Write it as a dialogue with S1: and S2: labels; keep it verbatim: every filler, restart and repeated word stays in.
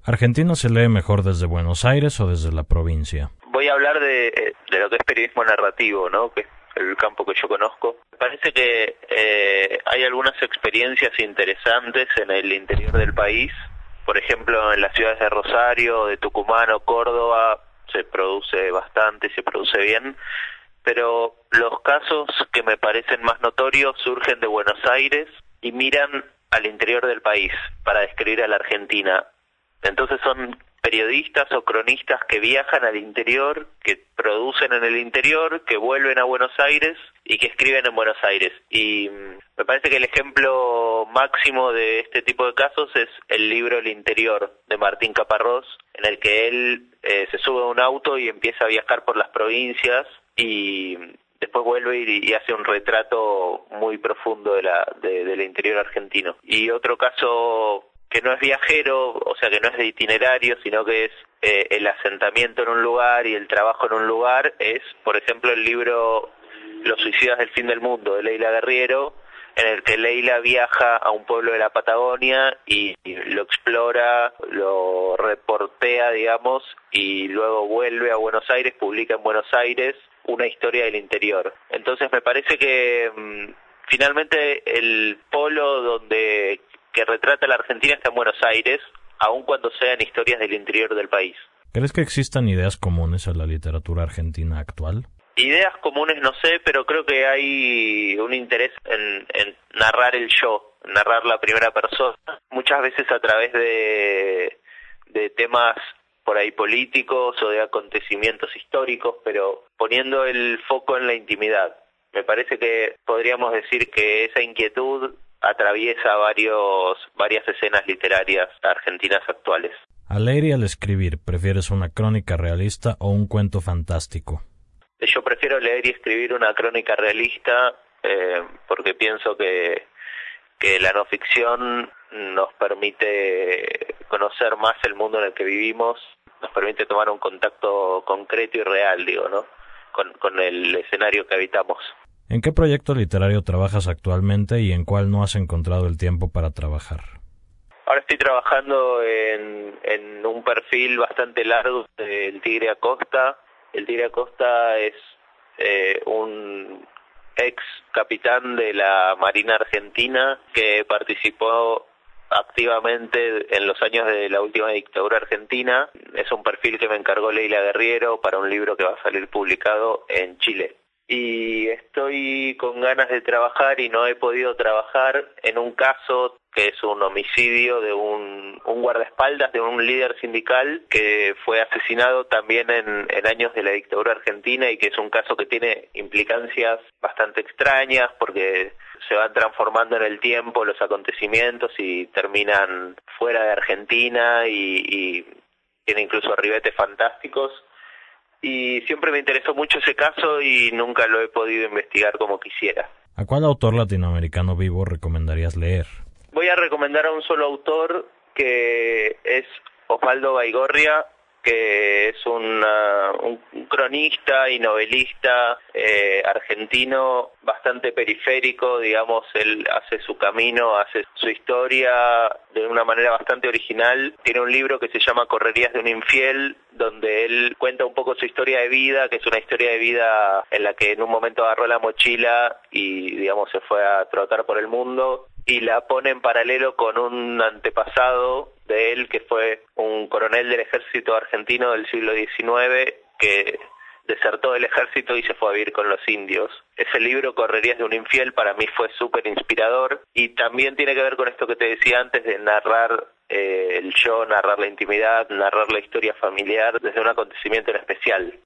S1: ¿Argentina se lee mejor desde Buenos Aires o desde la provincia?
S2: Voy a hablar de, de lo que es periodismo narrativo, ¿no? Que es el campo que yo conozco. Me parece que eh, hay algunas experiencias interesantes en el interior del país. Por ejemplo, en las ciudades de Rosario, de Tucumán o Córdoba se produce bastante, se produce bien. Pero los casos que me parecen más notorios surgen de Buenos Aires y miran al interior del país para describir a la Argentina. Entonces son periodistas o cronistas que viajan al interior, que producen en el interior, que vuelven a Buenos Aires y que escriben en Buenos Aires. Y me parece que el ejemplo máximo de este tipo de casos es el libro El Interior de Martín Caparrós, en el que él eh, se sube a un auto y empieza a viajar por las provincias y después vuelve y, y hace un retrato muy profundo de la de, del interior argentino. Y otro caso que no es viajero, o sea que no es de itinerario, sino que es eh, el asentamiento en un lugar y el trabajo en un lugar, es, por ejemplo, el libro Los suicidas del fin del mundo, de Leila Guerriero, en el que Leila viaja a un pueblo de la Patagonia y, y lo explora, lo reportea, digamos, y luego vuelve a Buenos Aires, publica en Buenos Aires una historia del interior. Entonces me parece que mmm, finalmente el polo donde que retrata la Argentina está en Buenos Aires, aun cuando sean historias del interior del país.
S1: ¿Crees que existan ideas comunes a la literatura argentina actual?
S2: Ideas comunes no sé, pero creo que hay un interés en, en narrar el yo, narrar la primera persona, muchas veces a través de, de temas por ahí políticos o de acontecimientos históricos, pero poniendo el foco en la intimidad. Me parece que podríamos decir que esa inquietud atraviesa varios varias escenas literarias argentinas actuales.
S1: Al leer y al escribir, ¿prefieres una crónica realista o un cuento fantástico?
S2: Yo prefiero leer y escribir una crónica realista eh, porque pienso que, que la no ficción nos permite conocer más el mundo en el que vivimos, nos permite tomar un contacto concreto y real, digo, ¿no? Con, con el escenario que habitamos.
S1: ¿En qué proyecto literario trabajas actualmente y en cuál no has encontrado el tiempo para trabajar?
S2: Ahora estoy trabajando en, en un perfil bastante largo del Tigre Acosta. El Tigre Acosta es eh, un ex capitán de la Marina Argentina que participó activamente en los años de la última dictadura argentina. Es un perfil que me encargó Leila Guerriero para un libro que va a salir publicado en Chile. Y estoy con ganas de trabajar y no he podido trabajar en un caso que es un homicidio de un, un guardaespaldas de un líder sindical que fue asesinado también en, en años de la dictadura argentina y que es un caso que tiene implicancias bastante extrañas porque se van transformando en el tiempo los acontecimientos y terminan fuera de Argentina y, y tiene incluso ribetes fantásticos. Y siempre me interesó mucho ese caso y nunca lo he podido investigar como quisiera.
S1: ¿A cuál autor latinoamericano vivo recomendarías leer?
S2: Voy a recomendar a un solo autor que es Osvaldo Baigorria, que es una, un, un cronista y novelista eh, argentino bastante periférico, digamos, él hace su camino, hace su historia de una manera bastante original. Tiene un libro que se llama Correrías de un infiel, donde él cuenta un poco su historia de vida, que es una historia de vida en la que en un momento agarró la mochila y, digamos, se fue a trotar por el mundo, y la pone en paralelo con un antepasado de él que fue un coronel del ejército argentino del siglo diecinueve que desertó del ejército y se fue a vivir con los indios. Ese libro, Correrías de un infiel, para mí fue súper inspirador y también tiene que ver con esto que te decía antes de narrar eh, el yo, narrar la intimidad, narrar la historia familiar desde un acontecimiento en especial.